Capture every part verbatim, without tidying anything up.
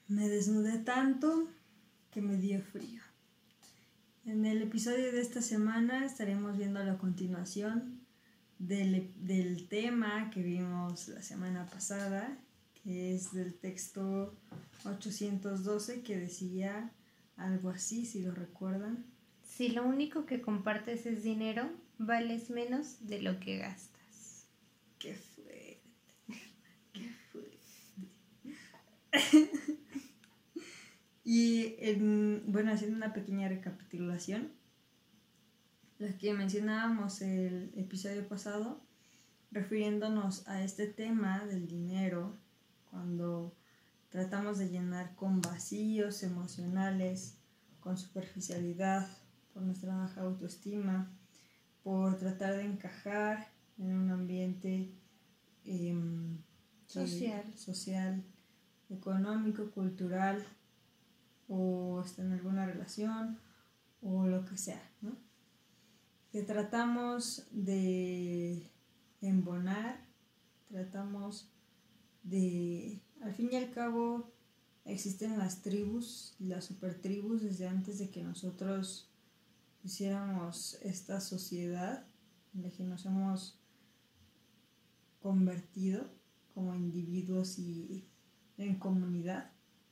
Me desnudé tanto que me dio frío. En el episodio de esta semana estaremos viendo la continuación del, del tema que vimos la semana pasada, que es del texto ochocientos doce, que decía algo así, si lo recuerdan. Si lo único que compartes es dinero, vales menos de lo que gastas. ¡Qué fuerte! ¡Qué fuerte! Y en, bueno, haciendo una pequeña recapitulación, las que mencionábamos el episodio pasado, refiriéndonos a este tema del dinero, cuando tratamos de llenar con vacíos emocionales, con superficialidad, por nuestra baja autoestima, por tratar de encajar en un ambiente eh, social. Eh, social, económico, cultural, o está en alguna relación o lo que sea, ¿no? Que tratamos de embonar, tratamos de, al fin y al cabo, existen las tribus, las supertribus desde antes de que nosotros hiciéramos esta sociedad en la que nos hemos convertido como individuos y en comunidad.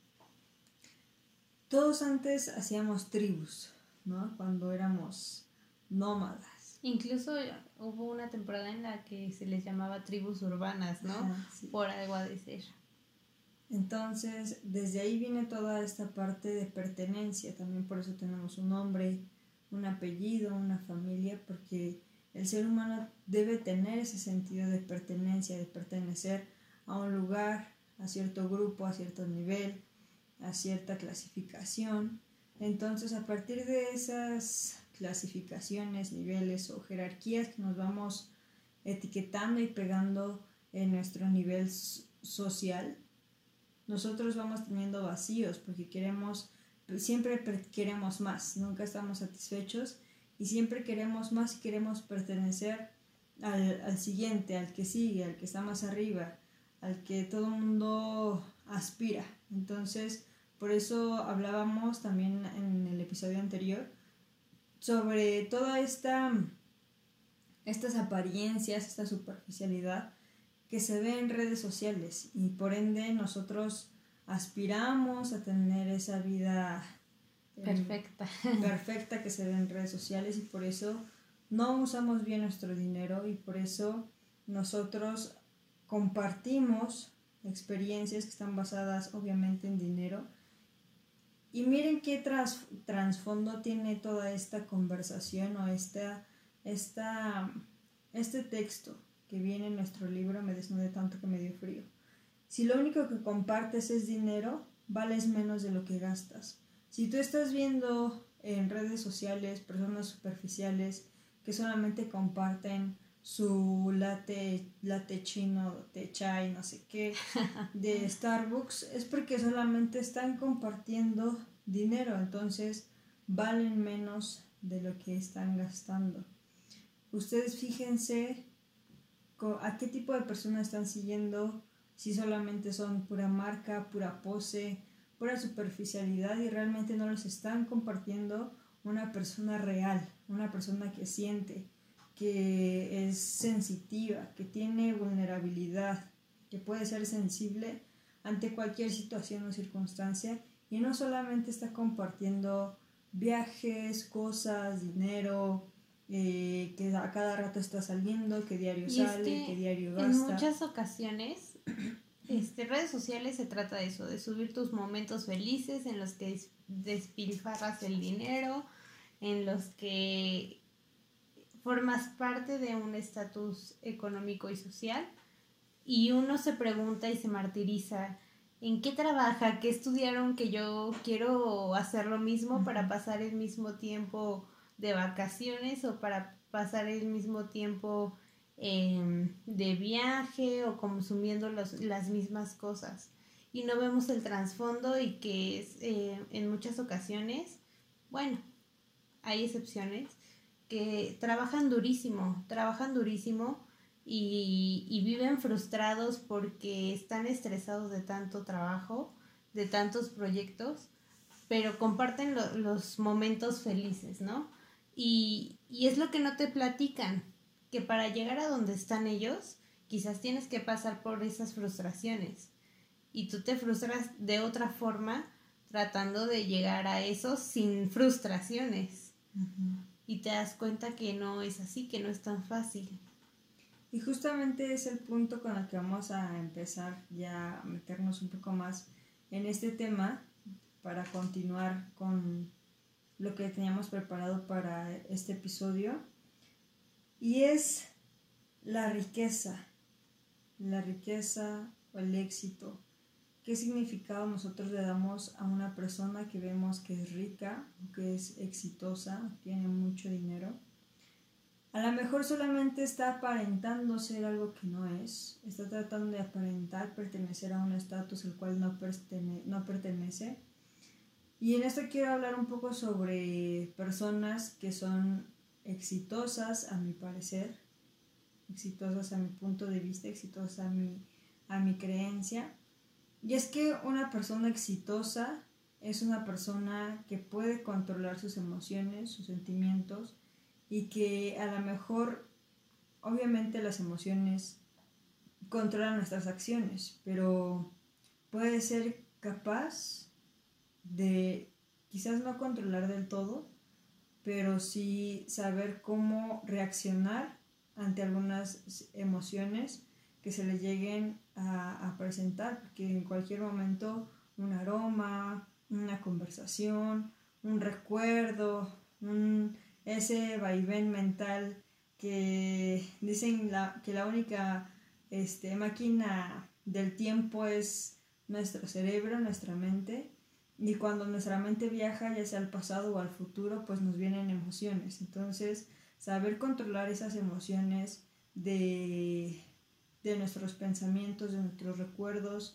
Todos antes hacíamos tribus, ¿no? Cuando éramos nómadas. Incluso hubo una temporada en la que se les llamaba tribus urbanas, ¿no? Ajá, sí. Por algo ha de ser. Entonces, desde ahí viene toda esta parte de pertenencia. También por eso tenemos un nombre, un apellido, una familia, porque el ser humano debe tener ese sentido de pertenencia, de pertenecer a un lugar, a cierto grupo, a cierto nivel, a cierta clasificación. Entonces, a partir de esas clasificaciones, niveles o jerarquías que nos vamos etiquetando y pegando en nuestro nivel social, nosotros vamos teniendo vacíos porque queremos, siempre queremos más, nunca estamos satisfechos y siempre queremos más y queremos pertenecer al, al siguiente, al que sigue, al que está más arriba, al que todo el mundo aspira. Entonces, por eso hablábamos también en el episodio anterior sobre toda esta estas apariencias, esta superficialidad que se ve en redes sociales, y por ende nosotros aspiramos a tener esa vida eh, perfecta perfecta que se ve en redes sociales, y por eso no usamos bien nuestro dinero, y por eso nosotros compartimos experiencias que están basadas obviamente en dinero. Y miren qué tras, trasfondo tiene toda esta conversación o esta, esta, este texto que viene en nuestro libro Me desnudé tanto que me dio frío. Si lo único que compartes es dinero, vales menos de lo que gastas. Si tú estás viendo en redes sociales personas superficiales que solamente comparten su latte, latte chino, té chai, no sé qué, de Starbucks, es porque solamente están compartiendo dinero, entonces valen menos de lo que están gastando. Ustedes fíjense a qué tipo de personas están siguiendo, si solamente son pura marca, pura pose, pura superficialidad, y realmente no los están compartiendo una persona real, una persona que siente, que es sensitiva, que tiene vulnerabilidad, que puede ser sensible ante cualquier situación o circunstancia, y no solamente está compartiendo viajes, cosas, dinero, eh, que a cada rato está saliendo, que diario y sale, es que, que diario gasta. En muchas ocasiones, este, redes sociales se trata de eso, de subir tus momentos felices en los que despilfarras el dinero, en los que formas parte de un estatus económico y social, y uno se pregunta y se martiriza, ¿en qué trabaja? ¿Qué estudiaron? Que yo quiero hacer lo mismo uh-huh. para pasar el mismo tiempo de vacaciones o para pasar el mismo tiempo eh, de viaje o consumiendo los, las mismas cosas. Y no vemos el trasfondo, y que es eh, en muchas ocasiones, bueno, hay excepciones, que trabajan durísimo, trabajan durísimo y, y viven frustrados porque están estresados de tanto trabajo, de tantos proyectos, pero comparten lo, los momentos felices, ¿no? Y, y es lo que no te platican, que para llegar a donde están ellos, quizás tienes que pasar por esas frustraciones y tú te frustras de otra forma tratando de llegar a eso sin frustraciones. Uh-huh. Y te das cuenta que no es así, que no es tan fácil. Y justamente es el punto con el que vamos a empezar ya a meternos un poco más en este tema para continuar con lo que teníamos preparado para este episodio. Y es la riqueza, la riqueza o el éxito. ¿Qué significado nosotros le damos a una persona que vemos que es rica, que es exitosa, tiene mucho dinero? A lo mejor solamente está aparentando ser algo que no es, está tratando de aparentar pertenecer a un estatus al cual no, pertene- no pertenece. Y en esto quiero hablar un poco sobre personas que son exitosas a mi parecer, exitosas a mi punto de vista, exitosas a mi, a mi creencia. Y es que una persona exitosa es una persona que puede controlar sus emociones, sus sentimientos, y que a lo mejor, obviamente las emociones controlan nuestras acciones, pero puede ser capaz de quizás no controlar del todo, pero sí saber cómo reaccionar ante algunas emociones que se le lleguen a, a presentar, porque en cualquier momento un aroma, una conversación, un recuerdo, un, ese vaivén mental que dicen la, que la única este, máquina del tiempo es nuestro cerebro, nuestra mente, y cuando nuestra mente viaja ya sea al pasado o al futuro, pues nos vienen emociones. Entonces, saber controlar esas emociones de, de nuestros pensamientos, de nuestros recuerdos,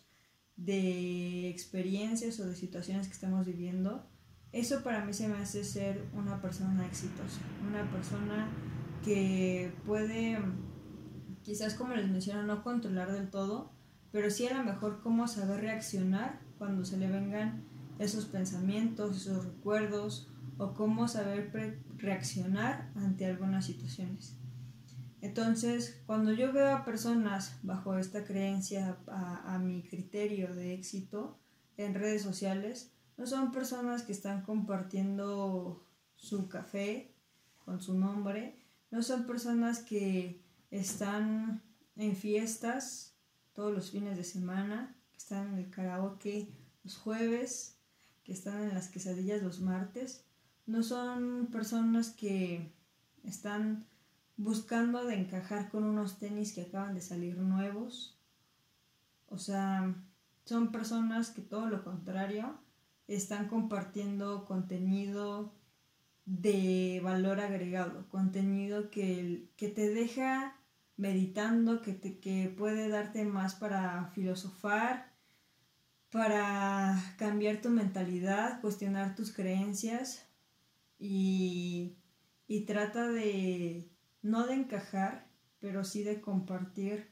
de experiencias o de situaciones que estamos viviendo, eso para mí se me hace ser una persona exitosa, una persona que puede, quizás como les menciono, no controlar del todo, pero sí a lo mejor cómo saber reaccionar cuando se le vengan esos pensamientos, esos recuerdos, o cómo saber pre- reaccionar ante algunas situaciones. Entonces, cuando yo veo a personas bajo esta creencia, a, a mi criterio de éxito en redes sociales, no son personas que están compartiendo su café con su nombre, no son personas que están en fiestas todos los fines de semana, que están en el karaoke los jueves, que están en las quesadillas los martes, no son personas que están buscando de encajar con unos tenis que acaban de salir nuevos. O sea, son personas que todo lo contrario, están compartiendo contenido de valor agregado, contenido que, que te deja meditando, que, te, que puede darte más para filosofar, para cambiar tu mentalidad, cuestionar tus creencias y, y trata de, no de encajar, pero sí de compartir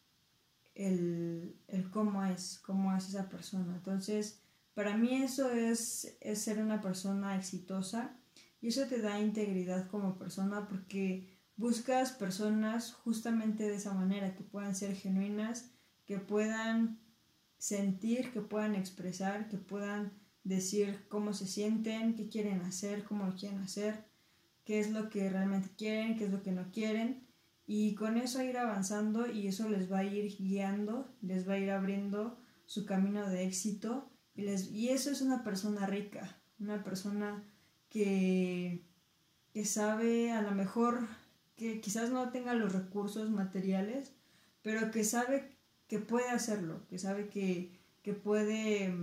el, el cómo es, cómo es esa persona. Entonces, para mí eso es, es ser una persona exitosa y eso te da integridad como persona porque buscas personas justamente de esa manera, que puedan ser genuinas, que puedan sentir, que puedan expresar, que puedan decir cómo se sienten, qué quieren hacer, cómo lo quieren hacer, qué es lo que realmente quieren, qué es lo que no quieren, y con eso ir avanzando y eso les va a ir guiando, les va a ir abriendo su camino de éxito y, les, y eso es una persona rica, una persona que, que sabe a lo mejor que quizás no tenga los recursos materiales, pero que sabe que puede hacerlo, que sabe que, que puede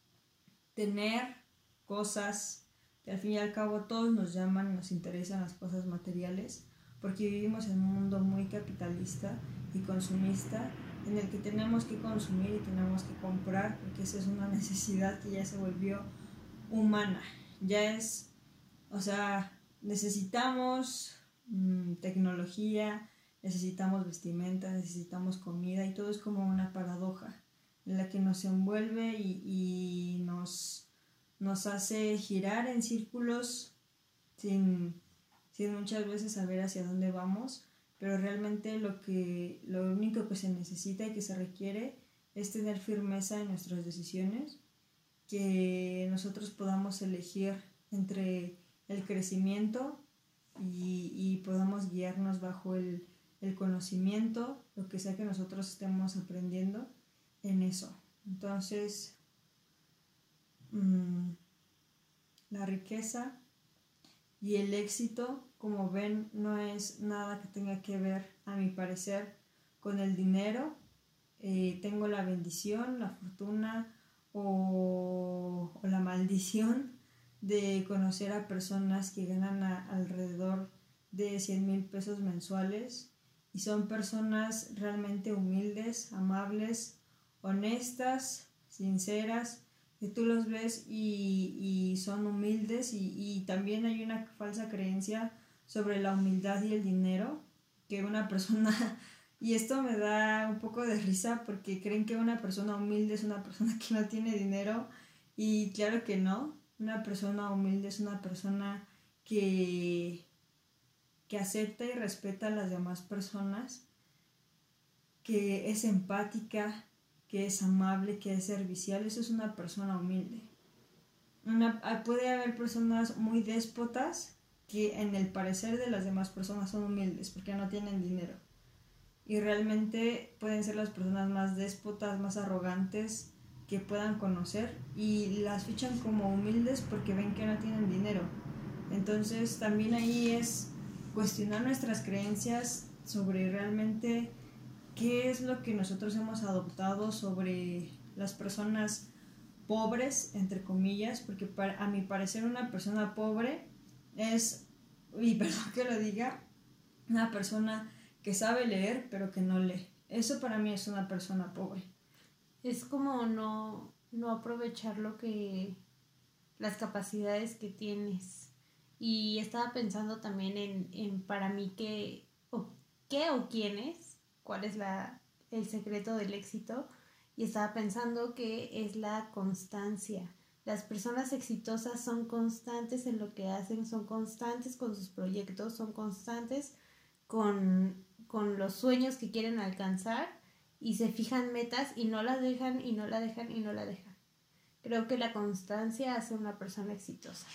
tener cosas que al fin y al cabo todos nos llaman, nos interesan las cosas materiales, porque vivimos en un mundo muy capitalista y consumista, en el que tenemos que consumir y tenemos que comprar, porque esa es una necesidad que ya se volvió humana, ya es, o sea, necesitamos mmm, tecnología, necesitamos vestimenta, necesitamos comida y todo es como una paradoja. en la que nos envuelve y, y nos, nos hace girar en círculos sin, sin muchas veces saber hacia dónde vamos, pero realmente lo, que, lo único que se necesita y que se requiere es tener firmeza en nuestras decisiones, que nosotros podamos elegir entre el crecimiento y, y podamos guiarnos bajo el, el conocimiento, lo que sea que nosotros estemos aprendiendo en eso. Entonces, mmm, la riqueza y el éxito, como ven, no es nada que tenga que ver, a mi parecer, con el dinero. Eh, tengo la bendición, la fortuna o, o la maldición de conocer a personas que ganan a, alrededor de cien mil pesos mensuales y son personas realmente humildes, amables, honestas, sinceras, que tú los ves y, y son humildes y, y también hay una falsa creencia sobre la humildad y el dinero, que una persona, y esto me da un poco de risa porque creen que una persona humilde es una persona que no tiene dinero y claro que no, una persona humilde es una persona que, que acepta y respeta a las demás personas, que es empática, que es amable, que es servicial. Eso es una persona humilde. Una, puede haber personas muy déspotas que en el parecer de las demás personas son humildes porque no tienen dinero. Y realmente pueden ser las personas más déspotas, más arrogantes que puedan conocer y las fichan como humildes porque ven que no tienen dinero. Entonces también ahí es cuestionar nuestras creencias sobre realmente qué es lo que nosotros hemos adoptado sobre las personas pobres, entre comillas, porque para, a mi parecer una persona pobre es, y perdón que lo diga, una persona que sabe leer pero que no lee. Eso para mí es una persona pobre. Es como no, no aprovechar lo que, las capacidades que tienes. Y estaba pensando también en, en para mí qué o, qué o quién es, cuál es la, el secreto del éxito. Y estaba pensando que es la constancia. Las personas exitosas son constantes en lo que hacen, son constantes con sus proyectos, son constantes con, con los sueños que quieren alcanzar y se fijan metas y no la dejan y no la dejan y no la dejan. Creo que la constancia hace una persona exitosa.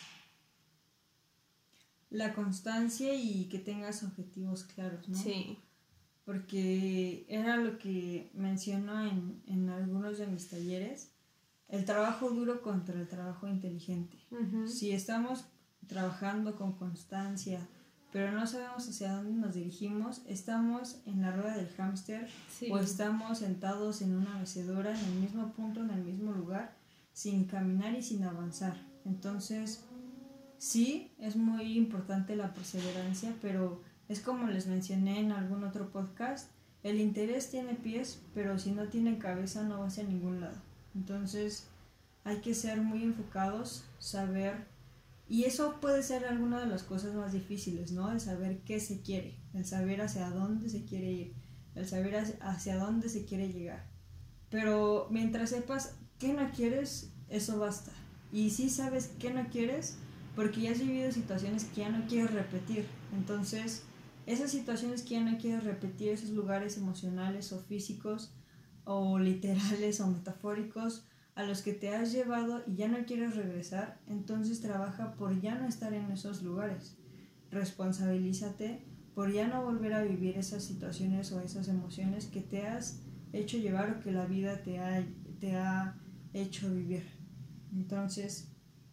La constancia y que tengas objetivos claros, ¿no? Sí. Porque era lo que menciono en, en algunos de mis talleres, el trabajo duro contra el trabajo inteligente. Uh-huh. Si estamos trabajando con constancia, pero no sabemos hacia dónde nos dirigimos, estamos en la rueda del hámster, sí, o estamos sentados en una mecedora en el mismo punto, en el mismo lugar, sin caminar y sin avanzar. Entonces, sí, es muy importante la perseverancia, pero es como les mencioné en algún otro podcast, el interés tiene pies, pero si no tiene cabeza no va hacia ningún lado. Entonces hay que ser muy enfocados, saber, y eso puede ser alguna de las cosas más difíciles, ¿no? El saber qué se quiere, el saber hacia dónde se quiere ir, el saber hacia dónde se quiere llegar. Pero mientras sepas qué no quieres, eso basta. Y si sabes qué no quieres, porque ya has vivido situaciones que ya no quieres repetir. Entonces, esas situaciones que ya no quieres repetir, esos lugares emocionales o físicos o literales o metafóricos a los que te has llevado y ya no quieres regresar, entonces trabaja por ya no estar en esos lugares. Responsabilízate por ya no volver a vivir esas situaciones o esas emociones que te has hecho llevar o que la vida te ha, te ha hecho vivir. Entonces,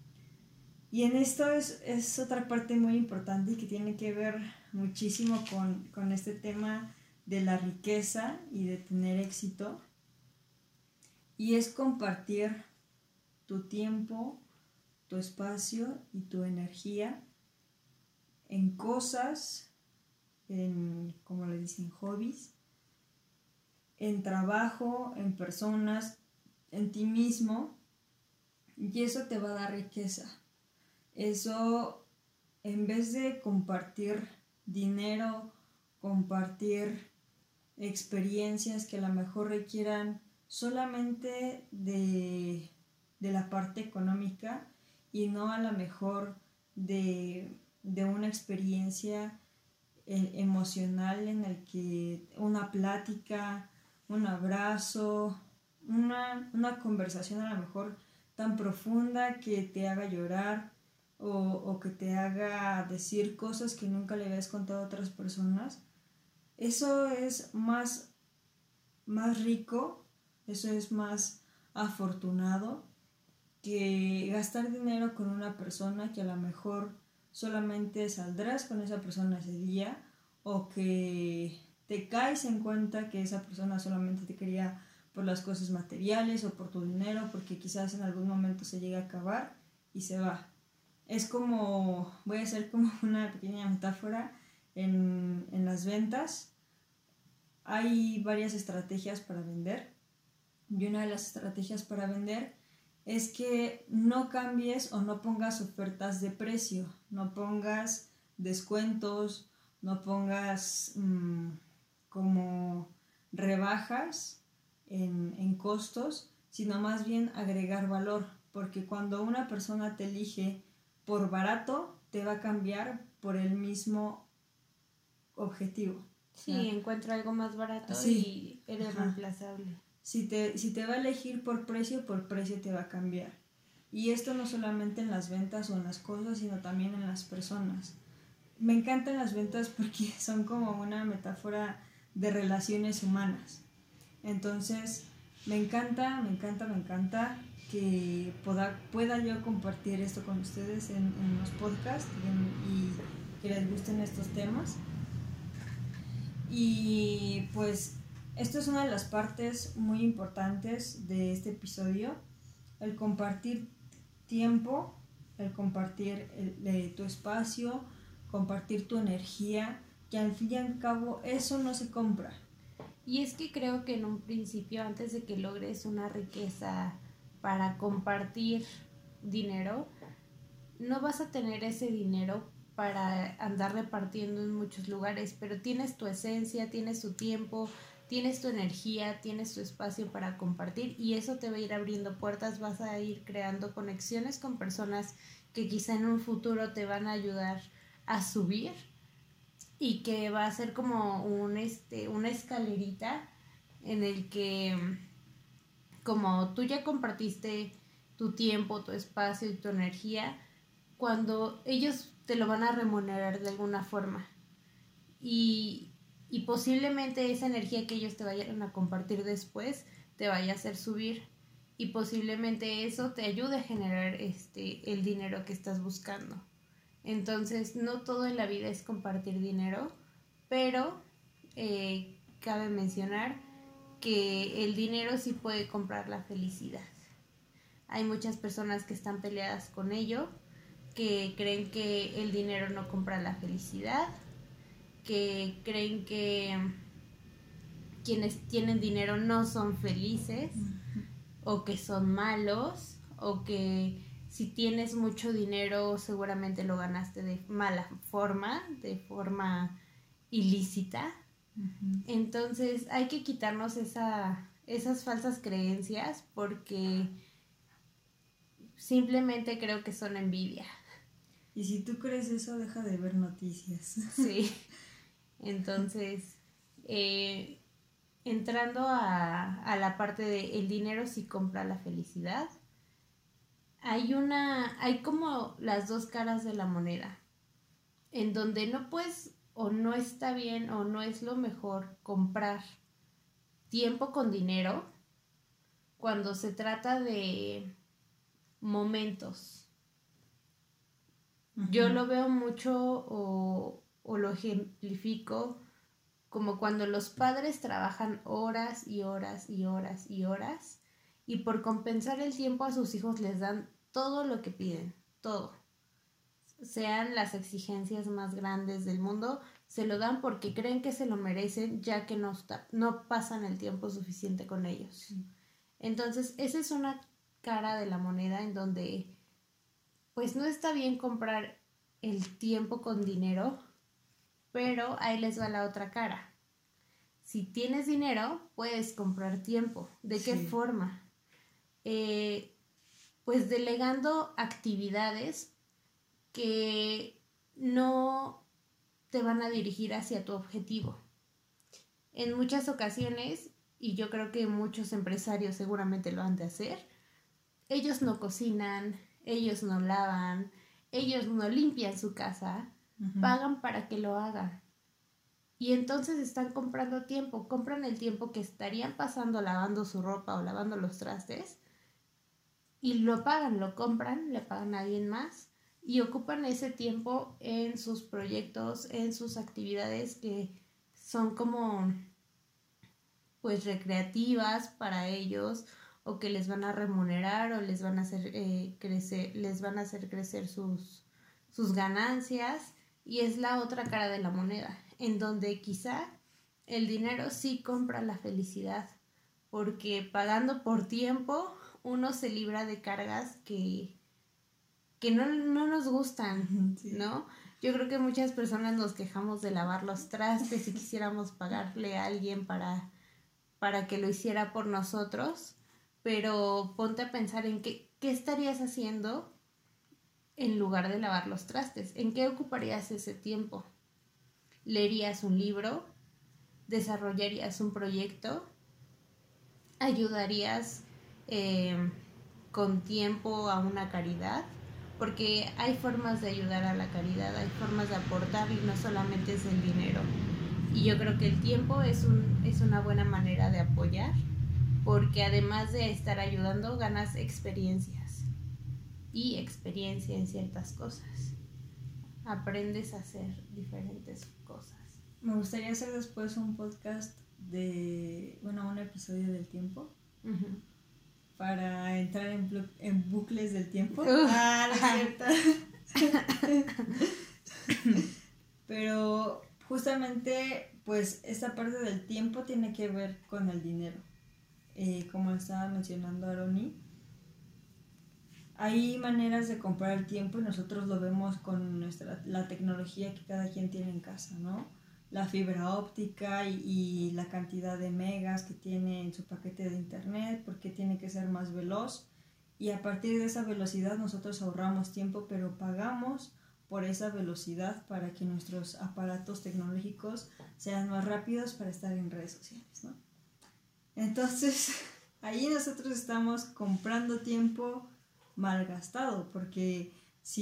y en esto es, es otra parte muy importante y que tiene que ver muchísimo con, con este tema de la riqueza y de tener éxito, y es compartir tu tiempo, tu espacio y tu energía en cosas, en, como le dicen, hobbies, en trabajo, en personas, en ti mismo, y eso te va a dar riqueza. Eso, en vez de compartir dinero, compartir experiencias que a lo mejor requieran solamente de, de la parte económica y no a lo mejor de, de una experiencia eh, emocional en el que una plática, un abrazo, una, una conversación a lo mejor tan profunda que te haga llorar o, o que te haga decir cosas que nunca le habías contado a otras personas. Eso es más, más rico, eso es más afortunado que gastar dinero con una persona que a lo mejor solamente saldrás con esa persona ese día o que te caes en cuenta que esa persona solamente te quería por las cosas materiales o por tu dinero, porque quizás en algún momento se llega a acabar y se va. Es como, voy a hacer como una pequeña metáfora en, en las ventas. Hay varias estrategias para vender y una de las estrategias para vender es que no cambies o no pongas ofertas de precio, no pongas descuentos, no pongas mmm, como rebajas en, en costos, sino más bien agregar valor, porque cuando una persona te elige por barato, te va a cambiar por el mismo objetivo. Sí, ¿no? Encuentra algo más barato sí. Y eres Ajá. reemplazable. Si te, si te va a elegir por precio, por precio te va a cambiar. Y esto no solamente en las ventas o en las cosas, sino también en las personas. Me encantan las ventas porque son como una metáfora de relaciones humanas. Entonces, me encanta, me encanta, me encanta que pueda, pueda yo compartir esto con ustedes en, en los podcasts y, en, y que les gusten estos temas. Y pues esto es una de las partes muy importantes de este episodio, el compartir tiempo, el compartir el, el, tu espacio, compartir tu energía, que al fin y al cabo eso no se compra. Y es que creo que en un principio, antes de que logres una riqueza para compartir dinero, no vas a tener ese dinero para andar repartiendo en muchos lugares, pero tienes tu esencia, tienes tu tiempo, tienes tu energía, tienes tu espacio para compartir y eso te va a ir abriendo puertas, vas a ir creando conexiones con personas que quizá en un futuro te van a ayudar a subir y que va a ser como un, este, una escalerita en el que como tú ya compartiste tu tiempo, tu espacio y tu energía, cuando ellos te lo van a remunerar de alguna forma y, y posiblemente esa energía que ellos te vayan a compartir después te vaya a hacer subir y posiblemente eso te ayude a generar este, el dinero que estás buscando. Entonces no todo en la vida es compartir dinero, pero eh, cabe mencionar que el dinero sí puede comprar la felicidad. Hay muchas personas que están peleadas con ello, que creen que el dinero no compra la felicidad, que creen que quienes tienen dinero no son felices, uh-huh. o que son malos, o que si tienes mucho dinero seguramente lo ganaste de mala forma, de forma ilícita. Uh-huh. Entonces hay que quitarnos esa, esas falsas creencias porque simplemente creo que son envidia. Y si tú crees eso, deja de ver noticias. Sí. Entonces, eh, entrando a, a la parte de el dinero sí compra la felicidad, hay una, hay como las dos caras de la moneda, en donde no puedes o no está bien o no es lo mejor comprar tiempo con dinero cuando se trata de momentos. Uh-huh. Yo lo veo mucho o, o lo ejemplifico como cuando los padres trabajan horas y horas y horas y horas y por compensar el tiempo a sus hijos les dan todo lo que piden, todo. Sean las exigencias más grandes del mundo, se lo dan porque creen que se lo merecen ya que no, está, no pasan el tiempo suficiente con ellos. Sí. Entonces, esa es una cara de la moneda en donde pues no está bien comprar el tiempo con dinero, pero ahí les va la otra cara. si tienes dinero, puedes comprar tiempo. ¿De qué Sí. forma? Eh, pues delegando actividades que no te van a dirigir hacia tu objetivo. En muchas ocasiones, y yo creo que muchos empresarios seguramente lo han de hacer, ellos no cocinan, ellos no lavan, ellos no limpian su casa, uh-huh. pagan para que lo hagan. Y entonces están comprando tiempo, compran el tiempo que estarían pasando lavando su ropa o lavando los trastes y lo pagan, lo compran, le pagan a alguien más y ocupan ese tiempo en sus proyectos, en sus actividades que son como pues recreativas para ellos o que les van a remunerar o les van a hacer eh, crecer, les van a hacer crecer sus, sus ganancias. Y es la otra cara de la moneda, en donde quizá el dinero sí compra la felicidad, porque pagando por tiempo uno se libra de cargas que, que no, no nos gustan, sí. ¿no? Yo creo que muchas personas nos quejamos de lavar los trastes y quisiéramos pagarle a alguien para, para que lo hiciera por nosotros, pero ponte a pensar en qué, qué estarías haciendo en lugar de lavar los trastes. ¿En qué ocuparías ese tiempo? ¿Leerías un libro? ¿Desarrollarías un proyecto? ¿Ayudarías eh, con tiempo a una caridad? Porque hay formas de ayudar a la caridad, hay formas de aportar y no solamente es el dinero. Y yo creo que el tiempo es, un, es una buena manera de apoyar, porque además de estar ayudando, ganas experiencias. Y experiencia en ciertas cosas. Aprendes a hacer diferentes cosas. Me gustaría hacer después un podcast de, bueno, un episodio del tiempo. Uh-huh. Para entrar en, blo- en bucles del tiempo. Uh. Ah, no es cierto. Pero justamente, pues, esta parte del tiempo tiene que ver con el dinero. Eh, como estaba mencionando Aroni, hay maneras de comprar el tiempo y nosotros lo vemos con nuestra, la tecnología que cada quien tiene en casa, ¿no? La fibra óptica y, y la cantidad de megas que tiene en su paquete de internet, porque tiene que ser más veloz. Y a partir de esa velocidad nosotros ahorramos tiempo, pero pagamos por esa velocidad para que nuestros aparatos tecnológicos sean más rápidos para estar en redes sociales, ¿no? Entonces, ahí nosotros estamos comprando tiempo malgastado, porque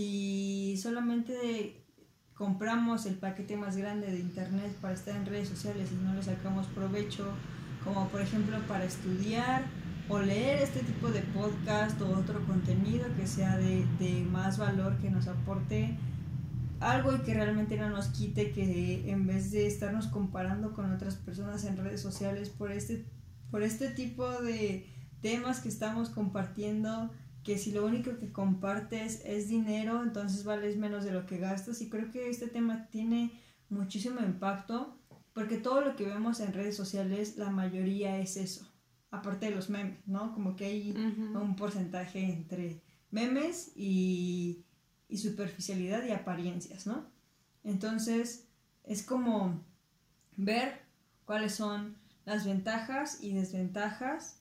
si solamente compramos el paquete más grande de internet para estar en redes sociales y no le sacamos provecho, como por ejemplo para estudiar o leer este tipo de podcast o otro contenido que sea de, de más valor, que nos aporte algo y que realmente no nos quite, que en vez de estarnos comparando con otras personas en redes sociales por este, por este tipo de temas que estamos compartiendo, que si lo único que compartes es dinero, entonces vales menos de lo que gastas. Y creo que este tema tiene muchísimo impacto, porque todo lo que vemos en redes sociales, la mayoría es eso, aparte de los memes, ¿no? Como que hay uh-huh. un porcentaje entre memes y, y superficialidad y apariencias, ¿no? Entonces es como ver cuáles son las ventajas y desventajas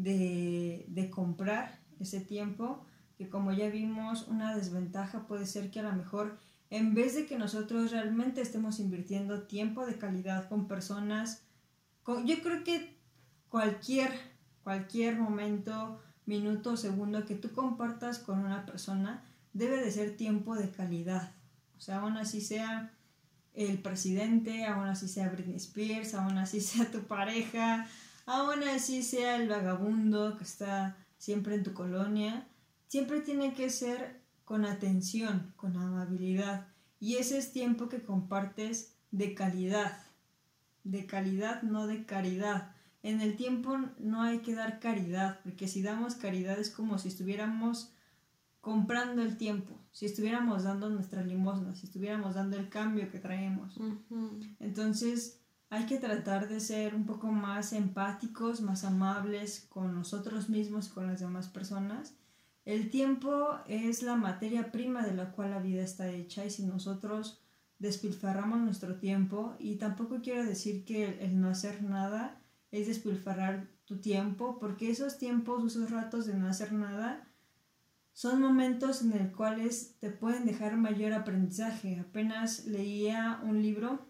de, de comprar ese tiempo, que como ya vimos, una desventaja puede ser que a lo mejor en vez de que nosotros realmente estemos invirtiendo tiempo de calidad con personas, con, yo creo que cualquier, cualquier momento, minuto o segundo que tú compartas con una persona debe de ser tiempo de calidad. O sea, aún así sea el presidente, aún así sea Britney Spears, aún así sea tu pareja, aún así sea el vagabundo que está siempre en tu colonia, siempre tiene que ser con atención, con amabilidad, y ese es tiempo que compartes de calidad, de calidad, no de caridad. En el tiempo no hay que dar caridad, porque si damos caridad es como si estuviéramos comprando el tiempo, si estuviéramos dando nuestra limosna, si estuviéramos dando el cambio que traemos. Uh-huh. Entonces hay que tratar de ser un poco más empáticos, más amables con nosotros mismos y con las demás personas. El tiempo es la materia prima de la cual la vida está hecha, y si nosotros despilfarramos nuestro tiempo, y tampoco quiero decir que el, el no hacer nada es despilfarrar tu tiempo, porque esos tiempos, esos ratos de no hacer nada, son momentos en los cuales te pueden dejar mayor aprendizaje. Apenas leía un libro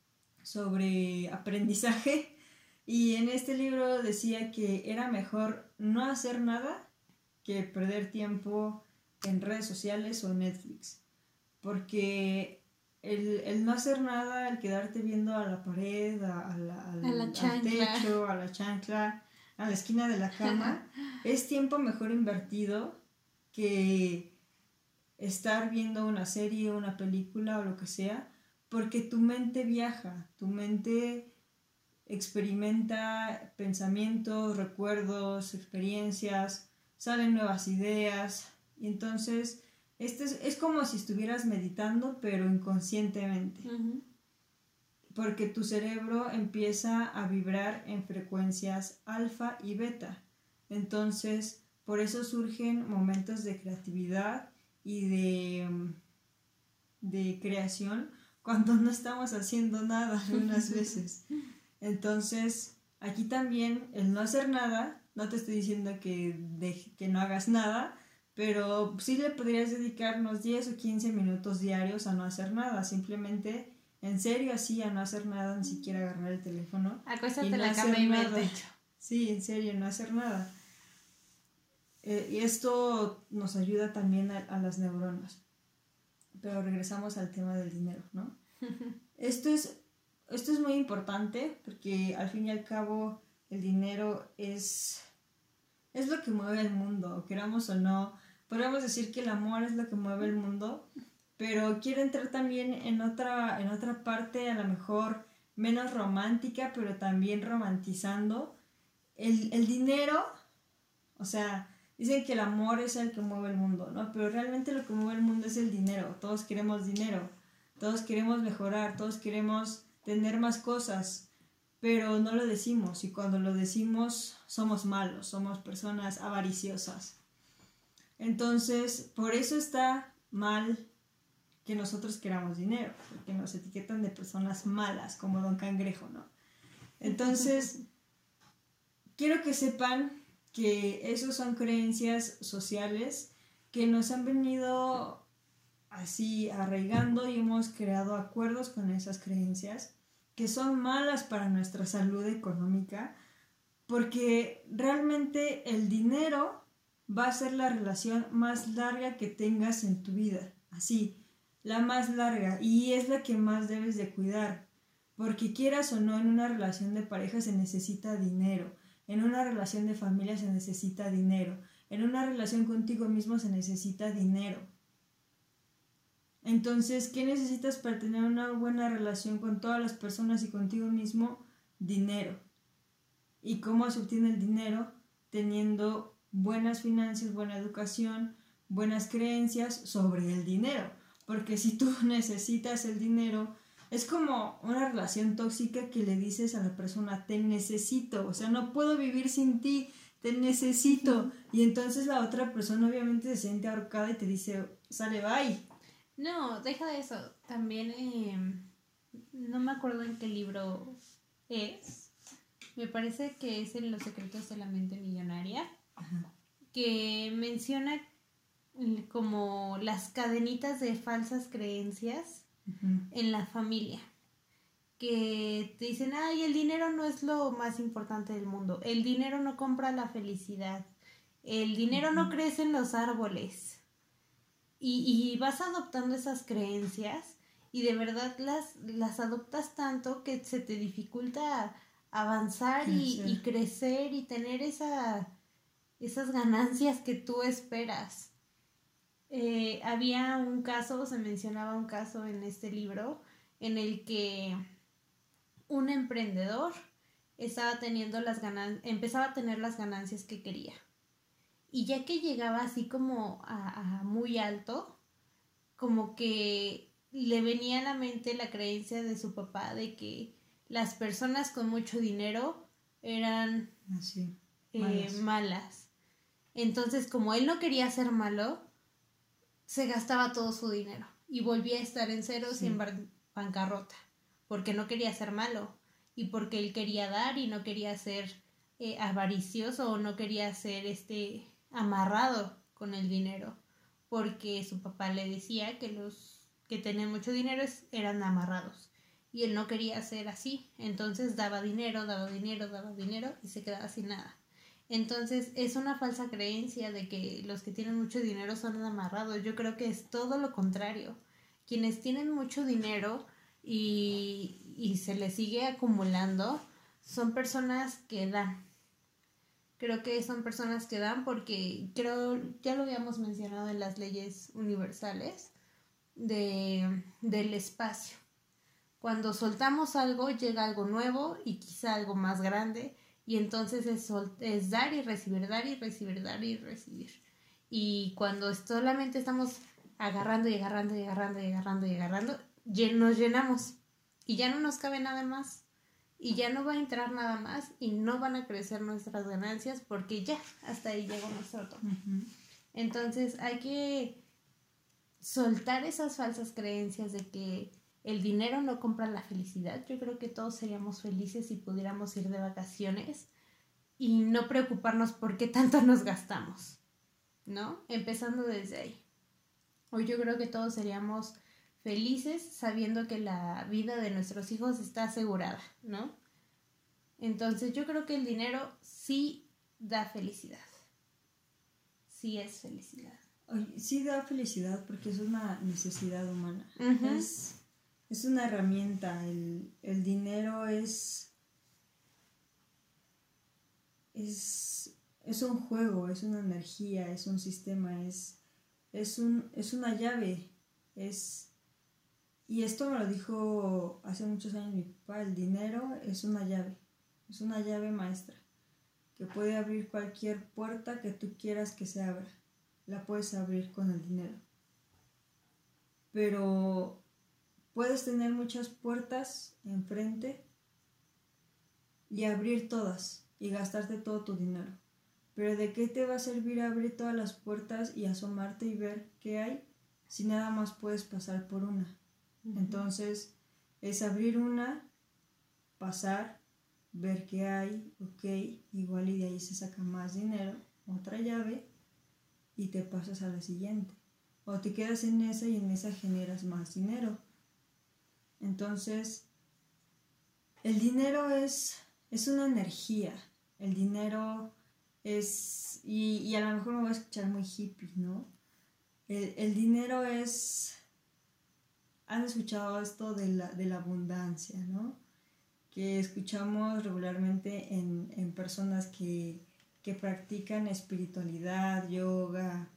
sobre aprendizaje, y en este libro decía que era mejor no hacer nada que perder tiempo en redes sociales o en Netflix, porque el, el no hacer nada, el quedarte viendo a la pared, a, a la, al, a la al techo, a la chancla, a la esquina de la cama, es tiempo mejor invertido que estar viendo una serie, una película o lo que sea, porque tu mente viaja, tu mente experimenta pensamientos, recuerdos, experiencias, salen nuevas ideas, y entonces este es, es como si estuvieras meditando, pero inconscientemente, uh-huh. porque tu cerebro empieza a vibrar en frecuencias alfa y beta. Entonces, por eso surgen momentos de creatividad y de, de creación cuando no estamos haciendo nada algunas veces. Entonces, aquí también el no hacer nada, no te estoy diciendo que, de, que no hagas nada, pero sí le podrías dedicar unos diez o quince minutos diarios a no hacer nada, simplemente, en serio, así, a no hacer nada, ni siquiera agarrar el teléfono. Acuéstate en no la cama y vete. Sí, en serio, no hacer nada. Eh, y esto nos ayuda también a, a las neuronas. Pero regresamos al tema del dinero, ¿no? Esto es, esto es muy importante porque al fin y al cabo el dinero es, es lo que mueve el mundo, queramos o no. Podríamos decir que el amor es lo que mueve el mundo, pero quiero entrar también en otra, en otra parte, a lo mejor menos romántica, pero también romantizando. El, el dinero, o sea, dicen que el amor es el que mueve el mundo, ¿no? Pero realmente lo que mueve el mundo es el dinero. Todos queremos dinero, todos queremos mejorar, todos queremos tener más cosas, pero no lo decimos, y cuando lo decimos somos malos, somos personas avariciosas. Entonces, por eso está mal que nosotros queramos dinero, porque nos etiquetan de personas malas, como Don Cangrejo, ¿no? Entonces, quiero que sepan que esos son creencias sociales que nos han venido así arraigando, y hemos creado acuerdos con esas creencias que son malas para nuestra salud económica, porque realmente el dinero va a ser la relación más larga que tengas en tu vida, así, la más larga, y es la que más debes de cuidar, porque quieras o no, en una relación de pareja se necesita dinero, en una relación de familia se necesita dinero, en una relación contigo mismo se necesita dinero. Entonces, ¿qué necesitas para tener una buena relación con todas las personas y contigo mismo? Dinero. ¿Y cómo se obtiene el dinero? Teniendo buenas finanzas, buena educación, buenas creencias sobre el dinero. Porque si tú necesitas el dinero, es como una relación tóxica que le dices a la persona, te necesito, o sea, no puedo vivir sin ti, te necesito. Y entonces la otra persona obviamente se siente ahorcada y te dice, sale, bye. No, deja de eso. También, eh, no me acuerdo en qué libro es. Me parece que es en Los secretos de la mente millonaria. Ajá. Que menciona como las cadenitas de falsas creencias uh-huh. en la familia. Que te dicen, ay, el dinero no es lo más importante del mundo. El dinero no compra la felicidad. El dinero uh-huh. no crece en los árboles. Y, y vas adoptando esas creencias y de verdad las, las adoptas tanto que se te dificulta avanzar y, y crecer y tener esa, esas ganancias que tú esperas. Eh, había un caso, se mencionaba un caso en este libro en el que un emprendedor estaba teniendo las ganan- empezaba a tener las ganancias que quería. Y ya que llegaba así como a, a muy alto, como que le venía a la mente la creencia de su papá de que las personas con mucho dinero eran así, eh, malas. malas. Entonces, como él no quería ser malo, se gastaba todo su dinero y volvía a estar en ceros sí. y, embar- bancarrota, porque no quería ser malo y porque él quería dar y no quería ser eh, avaricioso o no quería ser este amarrado con el dinero, porque su papá le decía que los que tenían mucho dinero eran amarrados y él no quería ser así, entonces daba dinero, daba dinero, daba dinero y se quedaba sin nada. Entonces es una falsa creencia de que los que tienen mucho dinero son amarrados. Yo creo que es todo lo contrario. Quienes tienen mucho dinero y, y se les sigue acumulando son personas que dan. Creo que son personas que dan porque creo, ya lo habíamos mencionado en las leyes universales de, del espacio. Cuando soltamos algo llega algo nuevo y quizá algo más grande. Y entonces es, sol- es dar y recibir, dar y recibir, dar y recibir. Y cuando solamente estamos agarrando y agarrando y agarrando y agarrando y agarrando, nos llenamos. Y ya no nos cabe nada más. Y ya no va a entrar nada más y no van a crecer nuestras ganancias porque ya hasta ahí llegó nuestro tope. Uh-huh. Entonces hay que soltar esas falsas creencias de que el dinero no compra la felicidad. Yo creo que todos seríamos felices si pudiéramos ir de vacaciones y no preocuparnos por qué tanto nos gastamos, ¿no? Empezando desde ahí. Hoy yo creo que todos seríamos felices sabiendo que la vida de nuestros hijos está asegurada, ¿no? Entonces yo creo que el dinero sí da felicidad. Sí es felicidad. Sí da felicidad porque es una necesidad humana. Uh-huh. Es... Es una herramienta, el, el dinero es, es, es un juego, es una energía, es un sistema, es, es, un, es una llave. Es, y esto me lo dijo hace muchos años mi papá, el dinero es una llave, es una llave maestra que puede abrir cualquier puerta que tú quieras que se abra, la puedes abrir con el dinero. Pero puedes tener muchas puertas enfrente y abrir todas y gastarte todo tu dinero. Pero ¿de qué te va a servir abrir todas las puertas y asomarte y ver qué hay si nada más puedes pasar por una? Uh-huh. Entonces es abrir una, pasar, ver qué hay, ok, igual y de ahí se saca más dinero, otra llave y te pasas a la siguiente. O te quedas en esa y en esa generas más dinero. Entonces, el dinero es, es una energía, el dinero es, y, y a lo mejor me voy a escuchar muy hippie, ¿no? El, el dinero es, han escuchado esto de la, de la abundancia, ¿no? Que escuchamos regularmente en, en personas que, que practican espiritualidad, yoga,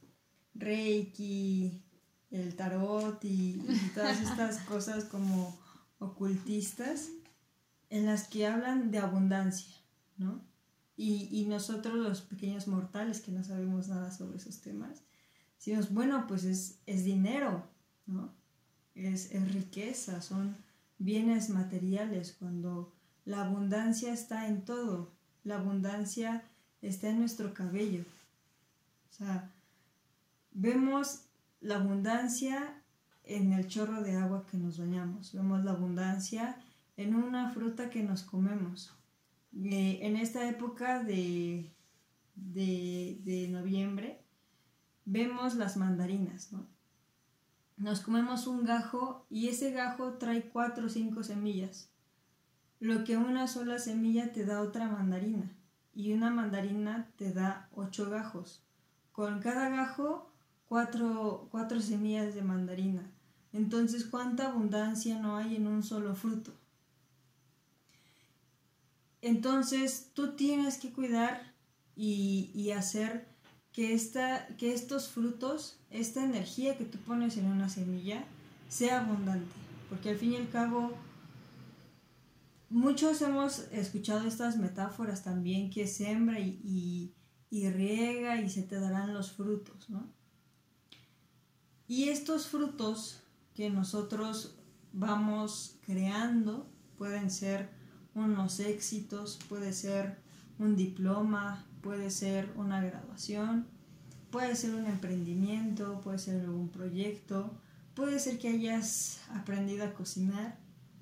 reiki, el tarot y, y todas estas cosas como ocultistas en las que hablan de abundancia, ¿no? Y, y nosotros los pequeños mortales que no sabemos nada sobre esos temas, decimos, bueno, pues es, es dinero, ¿no? Es, es riqueza, son bienes materiales, cuando la abundancia está en todo, la abundancia está en nuestro cabello. O sea, vemos la abundancia en el chorro de agua que nos bañamos, vemos la abundancia en una fruta que nos comemos. Eh, en esta época de, de, de noviembre vemos las mandarinas, ¿no? Nos comemos un gajo y ese gajo trae cuatro o cinco semillas, lo que una sola semilla te da otra mandarina y una mandarina te da ocho gajos. Con cada gajo Cuatro, cuatro semillas de mandarina. Entonces, ¿cuánta abundancia no hay en un solo fruto? Entonces, tú tienes que cuidar y, y hacer que, esta, que estos frutos, esta energía que tú pones en una semilla, sea abundante. Porque al fin y al cabo, muchos hemos escuchado estas metáforas también, que sembra y, y, y riega y se te darán los frutos, ¿no? Y estos frutos que nosotros vamos creando pueden ser unos éxitos, puede ser un diploma, puede ser una graduación, puede ser un emprendimiento, puede ser algún proyecto, puede ser que hayas aprendido a cocinar.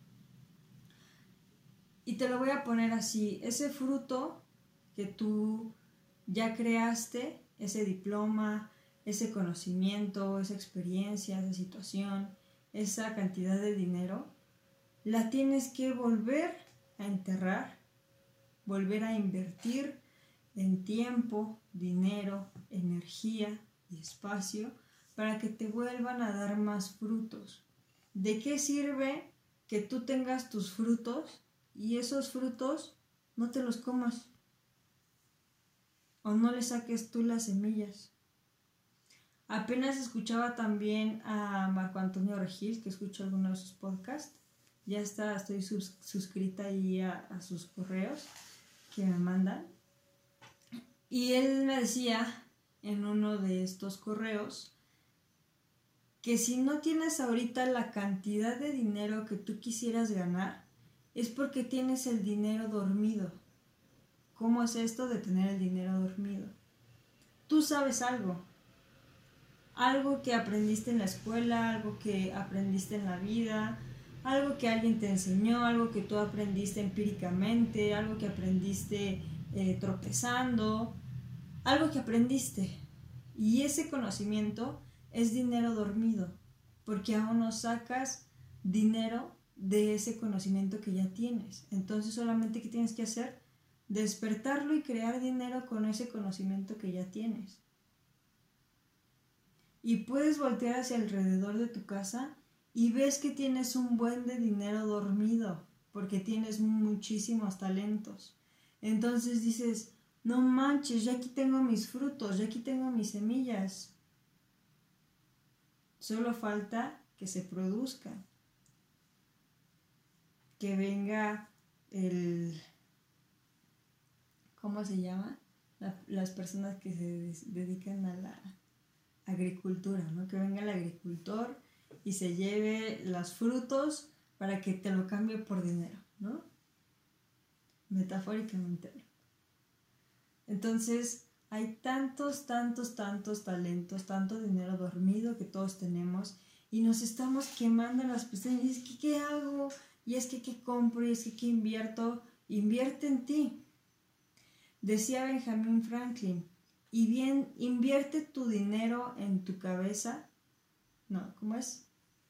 Y te lo voy a poner así, ese fruto que tú ya creaste, ese diploma, ese conocimiento, esa experiencia, esa situación, esa cantidad de dinero, la tienes que volver a enterrar, volver a invertir en tiempo, dinero, energía y espacio para que te vuelvan a dar más frutos. ¿De qué sirve que tú tengas tus frutos y esos frutos no te los comas? O no le saques tú las semillas. Apenas escuchaba también a Marco Antonio Regil, que escucho algunos de sus podcasts. Ya está, estoy sus, suscrita ahí a, a sus correos que me mandan. Y él me decía en uno de estos correos que si no tienes ahorita la cantidad de dinero que tú quisieras ganar, es porque tienes el dinero dormido. ¿Cómo es esto de tener el dinero dormido? Tú sabes algo, algo que aprendiste en la escuela, algo que aprendiste en la vida, algo que alguien te enseñó, algo que tú aprendiste empíricamente, algo que aprendiste eh, tropezando, algo que aprendiste. Y ese conocimiento es dinero dormido, porque aún no sacas dinero de ese conocimiento que ya tienes. Entonces solamente ¿qué tienes que hacer? Despertarlo y crear dinero con ese conocimiento que ya tienes. Y puedes voltear hacia alrededor de tu casa y ves que tienes un buen de dinero dormido, porque tienes muchísimos talentos. Entonces dices, no manches, ya aquí tengo mis frutos, ya aquí tengo mis semillas. Solo falta que se produzcan, que venga el... ¿Cómo se llama? La, las personas que se dedican a la agricultura, ¿no? Que venga el agricultor y se lleve los frutos para que te lo cambie por dinero, ¿no? Metafóricamente. Entonces, hay tantos, tantos, tantos talentos, tanto dinero dormido que todos tenemos y nos estamos quemando las pestañas. Y es que, ¿qué hago? Y es que, ¿qué compro? Y es que, ¿qué invierto? Invierte en ti. Decía Benjamin Franklin, y bien, invierte tu dinero en tu cabeza. No, ¿cómo es?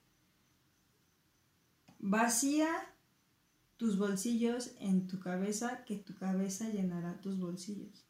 Vacía tus bolsillos en tu cabeza, que tu cabeza llenará tus bolsillos.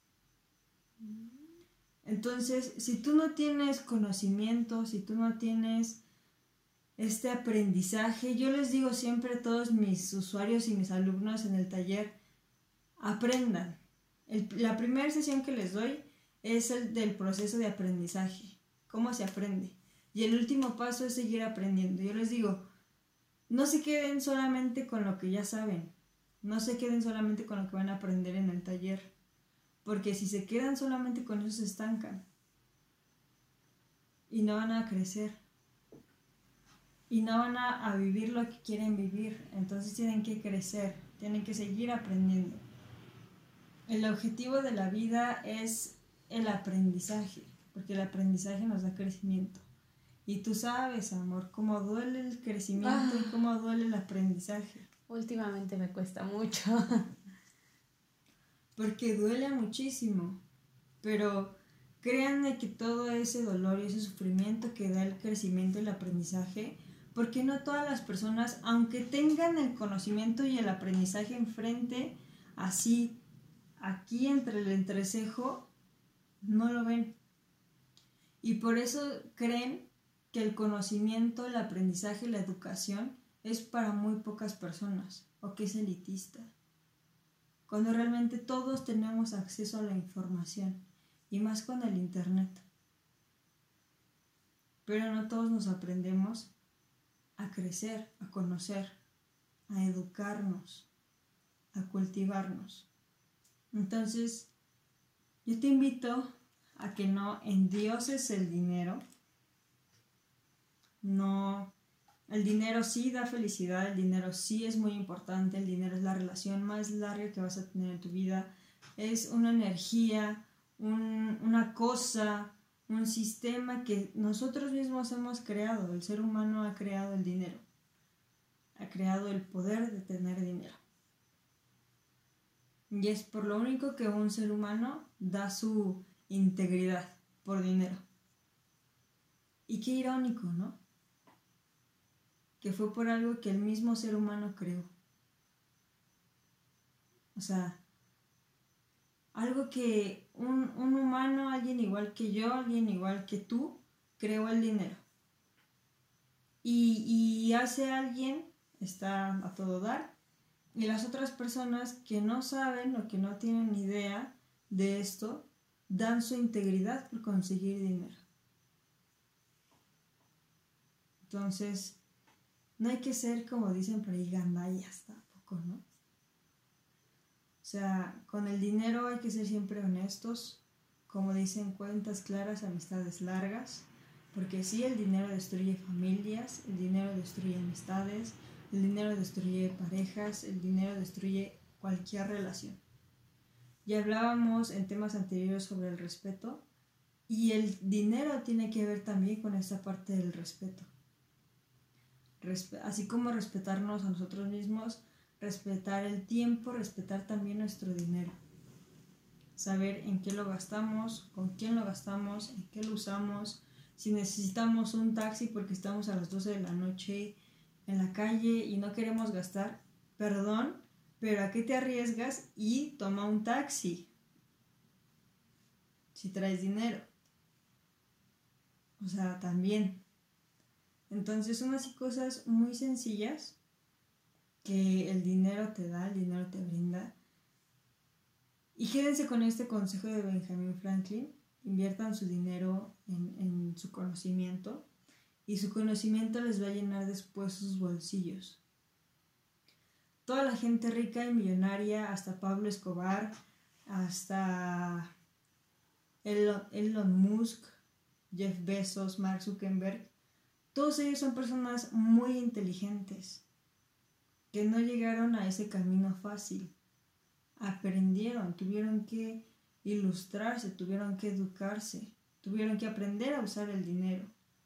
Entonces, si tú no tienes conocimiento, si tú no tienes este aprendizaje, yo les digo siempre a todos mis usuarios y mis alumnos en el taller, aprendan. El, la primera sesión que les doy es el del proceso de aprendizaje, cómo se aprende. Y el último paso es seguir aprendiendo. Yo les digo, no se queden solamente con lo que ya saben, no se queden solamente con lo que van a aprender en el taller, porque si se quedan solamente con eso se estancan y no van a crecer y no van a, a vivir lo que quieren vivir. Entonces tienen que crecer, tienen que seguir aprendiendo. El objetivo de la vida es el aprendizaje, porque el aprendizaje nos da crecimiento. Y tú sabes, amor, cómo duele el crecimiento ah, y cómo duele el aprendizaje. Últimamente me cuesta mucho. Porque duele muchísimo. Pero créanme que todo ese dolor y ese sufrimiento que da el crecimiento y el aprendizaje, porque no todas las personas, aunque tengan el conocimiento y el aprendizaje enfrente, así, aquí entre el entrecejo, no lo ven. Y por eso creen que el conocimiento, el aprendizaje, la educación es para muy pocas personas o que es elitista. Cuando realmente todos tenemos acceso a la información y más con el internet. Pero no todos nos aprendemos a crecer, a conocer, a educarnos, a cultivarnos. Entonces, yo te invito a que no endioses el dinero. No, el dinero sí da felicidad, el dinero sí es muy importante, el dinero es la relación más larga que vas a tener en tu vida, es una energía, un, una cosa, un sistema que nosotros mismos hemos creado. El ser humano ha creado el dinero, ha creado el poder de tener dinero. Y es por lo único que un ser humano da su integridad, por dinero. Y qué irónico, ¿no? Que fue por algo que el mismo ser humano creó. O sea, algo que un, un humano, alguien igual que yo, alguien igual que tú, creó el dinero. Y, y hace alguien, está a todo dar, y las otras personas que no saben o que no tienen idea de esto, dan su integridad por conseguir dinero. Entonces, no hay que ser, como dicen por ahí, gandallas tampoco, ¿no? O sea, con el dinero hay que ser siempre honestos, como dicen, cuentas claras, amistades largas, porque sí, el dinero destruye familias, el dinero destruye amistades, el dinero destruye parejas, el dinero destruye cualquier relación. Ya hablábamos en temas anteriores sobre el respeto, y el dinero tiene que ver también con esa parte del respeto. Respe- así como respetarnos a nosotros mismos, respetar el tiempo, respetar también nuestro dinero. Saber en qué lo gastamos, con quién lo gastamos, en qué lo usamos. Si necesitamos un taxi porque estamos a las doce de la noche en la calle y no queremos gastar, perdón, pero ¿a qué te arriesgas y toma un taxi? Si traes dinero. O sea, también. Entonces son así cosas muy sencillas que el dinero te da, el dinero te brinda. Y quédense con este consejo de Benjamin Franklin: inviertan su dinero en, en su conocimiento, y su conocimiento les va a llenar después sus bolsillos. Toda la gente rica y millonaria, hasta Pablo Escobar, hasta Elon, Elon Musk, Jeff Bezos, Mark Zuckerberg, todos ellos son personas muy inteligentes que no llegaron a ese camino fácil. Aprendieron, tuvieron que ilustrarse, tuvieron que educarse, tuvieron que aprender a usar el dinero.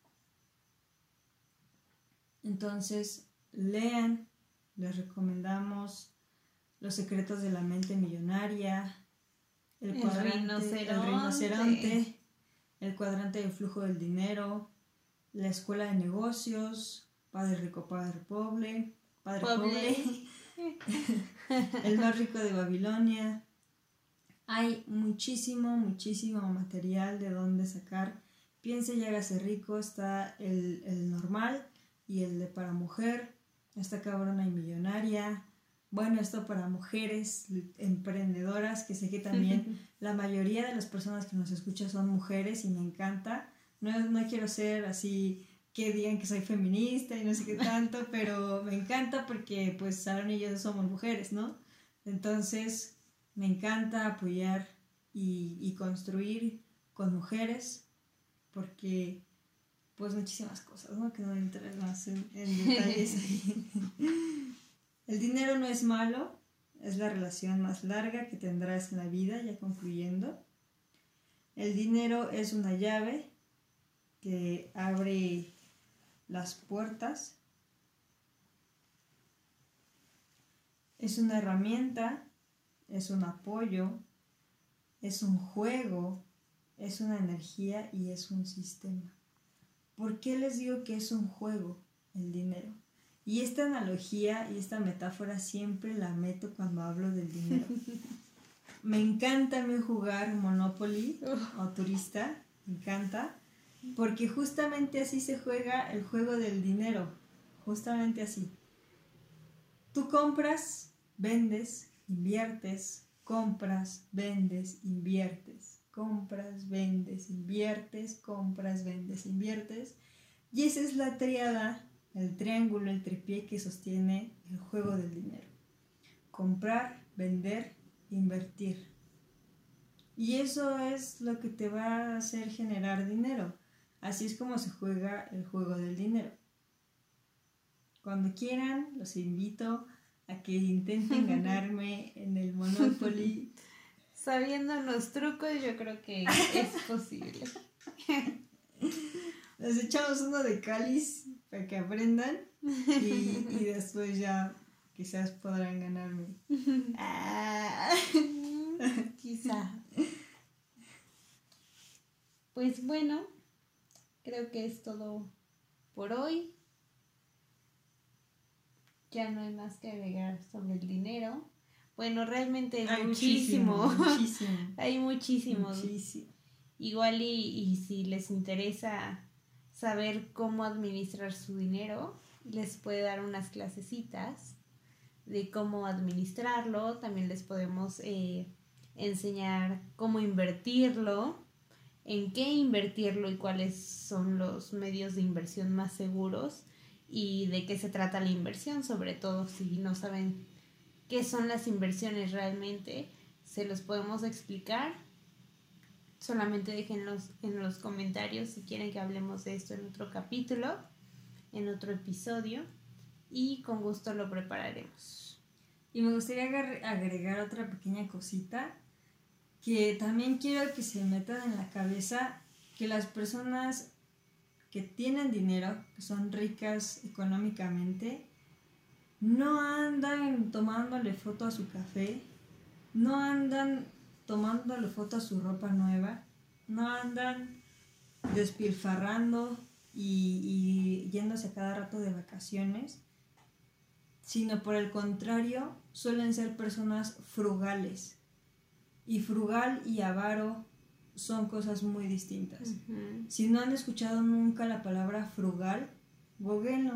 Entonces, lean, les recomendamos Los secretos de la mente millonaria, El, El cuadrante, rinoceronte. el rinoceronte, El cuadrante del flujo del dinero, La escuela de negocios, Padre rico, padre pobre, Padre pobre, El más rico de Babilonia. Hay muchísimo, muchísimo material de dónde sacar. Piense y hágase rico. Está el, el normal y el de para mujer. Está cabrona y millonaria. Bueno, esto para mujeres emprendedoras, que sé que también la mayoría de las personas que nos escuchan son mujeres y me encanta. No, no quiero ser así que digan que soy feminista y no sé qué tanto, pero me encanta porque pues Aaron y yo somos mujeres, ¿no? Entonces me encanta apoyar y, y construir con mujeres, porque pues muchísimas cosas, ¿no? Que no entrar más en, en detalles ahí. El dinero no es malo, es la relación más larga que tendrás en la vida, ya concluyendo. El dinero es una llave que abre las puertas. Es una herramienta, es un apoyo, es un juego, es una energía y es un sistema. ¿Por qué les digo que es un juego el dinero? Y esta analogía y esta metáfora siempre la meto cuando hablo del dinero. Me encanta a mí jugar Monopoly o Turista, me encanta, porque justamente así se juega el juego del dinero, justamente así. Tú compras, vendes, inviertes, compras, vendes, inviertes, compras, vendes, inviertes, compras, vendes, inviertes, y esa es la tríada, el triángulo, el tripié que sostiene el juego del dinero. Comprar, vender, invertir. Y eso es lo que te va a hacer generar dinero. Así es como se juega el juego del dinero. Cuando quieran, los invito a que intenten ganarme en el Monopoly. Sabiendo los trucos, yo creo que es posible. Les echamos uno de cáliz para que aprendan y, y después ya quizás podrán ganarme. Ah, quizá. Pues bueno, creo que es todo por hoy. Ya no hay más que agregar sobre el dinero. Bueno, realmente hay, hay muchísimo. Muchísimo. Hay muchísimos. Muchísimo. Igual y, y si les interesa saber cómo administrar su dinero, les puede dar unas clasecitas de cómo administrarlo. También les podemos eh, enseñar cómo invertirlo, en qué invertirlo y cuáles son los medios de inversión más seguros y de qué se trata la inversión, sobre todo si no saben qué son las inversiones realmente, se los podemos explicar. Solamente déjenlos en los comentarios si quieren que hablemos de esto en otro capítulo, en otro episodio, y con gusto lo prepararemos. Y me gustaría agregar otra pequeña cosita, que también quiero que se metan en la cabeza que las personas que tienen dinero, que son ricas económicamente, no andan tomándole foto a su café, no andan tomándole foto a su ropa nueva, no andan despilfarrando y, y yéndose a cada rato de vacaciones, sino por el contrario, suelen ser personas frugales. Y frugal y avaro son cosas muy distintas. Uh-huh. Si no han escuchado nunca la palabra frugal, googleenlo.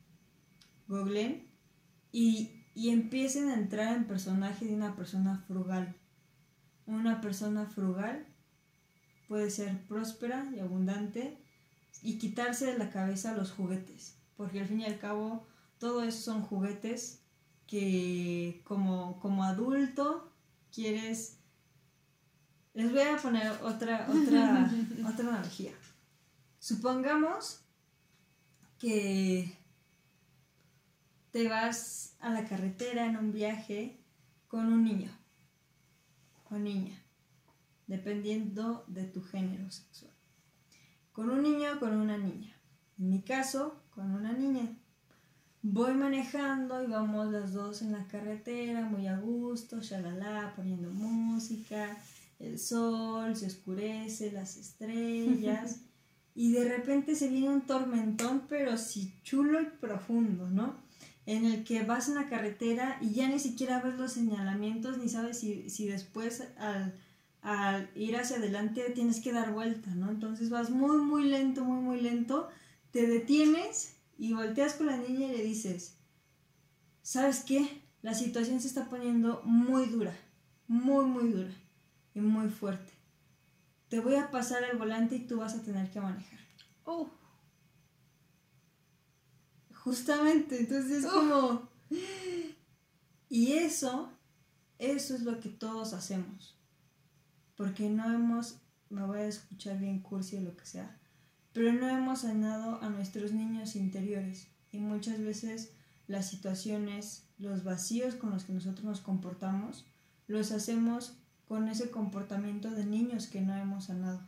Googleen y, y empiecen a entrar en personaje de una persona frugal. Una persona frugal puede ser próspera y abundante y quitarse de la cabeza los juguetes, porque al fin y al cabo todo eso son juguetes que como, como adulto quieres. Les voy a poner otra, otra, otra analogía. Supongamos que te vas a la carretera en un viaje con un niño o niña, dependiendo de tu género sexual. Con un niño o con una niña. En mi caso, con una niña. Voy manejando y vamos las dos en la carretera, muy a gusto, shalala, poniendo música. El sol, se oscurece, las estrellas y de repente se viene un tormentón, pero sí chulo y profundo, ¿no? En el que vas en la carretera y ya ni siquiera ves los señalamientos ni sabes si, si después al, al ir hacia adelante tienes que dar vuelta, ¿no? Entonces vas muy muy lento, muy muy lento, te detienes y volteas con la niña y le dices, ¿sabes qué? La situación se está poniendo muy dura, muy muy dura y muy fuerte. Te voy a pasar el volante y tú vas a tener que manejar. Oh. Justamente, entonces es oh. como... Y eso, eso es lo que todos hacemos. Porque no hemos, me voy a escuchar bien cursi o lo que sea, pero no hemos sanado a nuestros niños interiores. Y muchas veces las situaciones, los vacíos con los que nosotros nos comportamos, los hacemos con ese comportamiento de niños que no hemos sanado.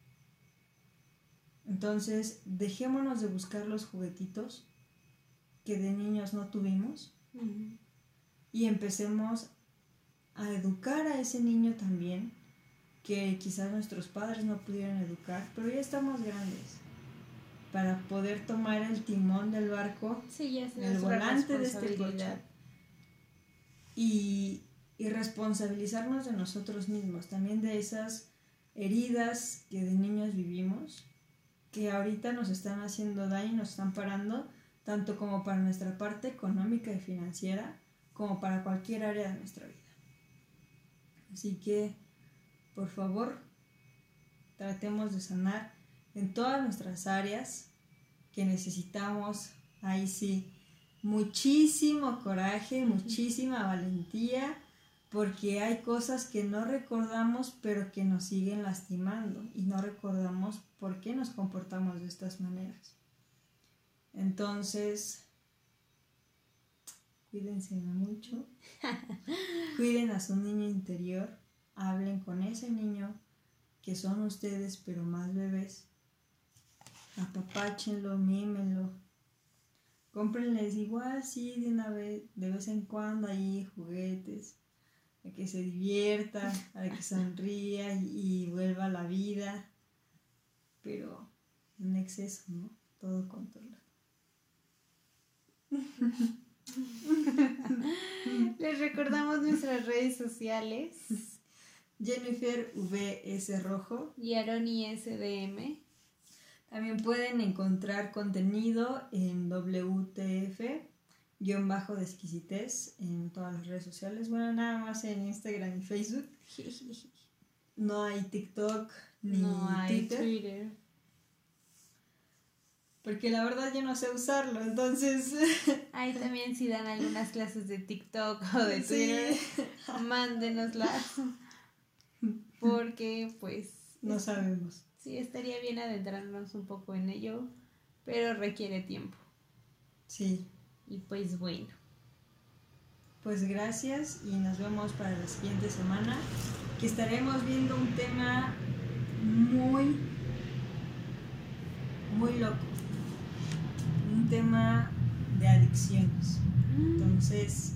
Entonces, dejémonos de buscar los juguetitos que de niños no tuvimos uh-huh. y empecemos a educar a ese niño también, que quizás nuestros padres no pudieron educar, pero ya estamos grandes para poder tomar el timón del barco, sí, ya es el volante de este coche y y responsabilizarnos de nosotros mismos, también de esas heridas que de niños vivimos, que ahorita nos están haciendo daño y nos están parando, tanto como para nuestra parte económica y financiera, como para cualquier área de nuestra vida. Así que, por favor, tratemos de sanar en todas nuestras áreas que necesitamos, ahí sí, muchísimo coraje, muchísima valentía, porque hay cosas que no recordamos pero que nos siguen lastimando y no recordamos por qué nos comportamos de estas maneras. Entonces, cuídense mucho, cuiden a su niño interior, hablen con ese niño que son ustedes, pero más bebés. Apapáchenlo, mímenlo. Cómprenles igual, sí, de una vez, de vez en cuando ahí juguetes, a que se divierta, a que sonría y, y vuelva a la vida, pero en exceso, ¿no? Todo controlado. Les recordamos nuestras redes sociales. Jennifer V S Rojo y Aroni S D M. También pueden encontrar contenido en W T F guión bajo de exquisitez en todas las redes sociales. Bueno, nada más en Instagram y Facebook. No hay TikTok ni no hay Twitter. Twitter. Porque la verdad yo no sé usarlo, entonces... Ahí también si dan algunas clases de TikTok o de Twitter, sí. Mándenoslas. Porque pues... No sabemos. Sí, estaría bien adentrarnos un poco en ello, pero requiere tiempo. Sí. Y pues bueno. Pues gracias y nos vemos para la siguiente semana, que estaremos viendo un tema muy, muy loco. Un tema de adicciones. Entonces,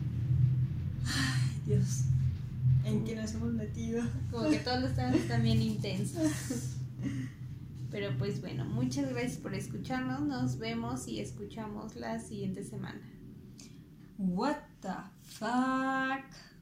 ay Dios, ¿en qué nos hemos metido? Como que todos los temas están bien intensos. Pero pues bueno, muchas gracias por escucharnos. Nos vemos y escuchamos la siguiente semana. What the fuck?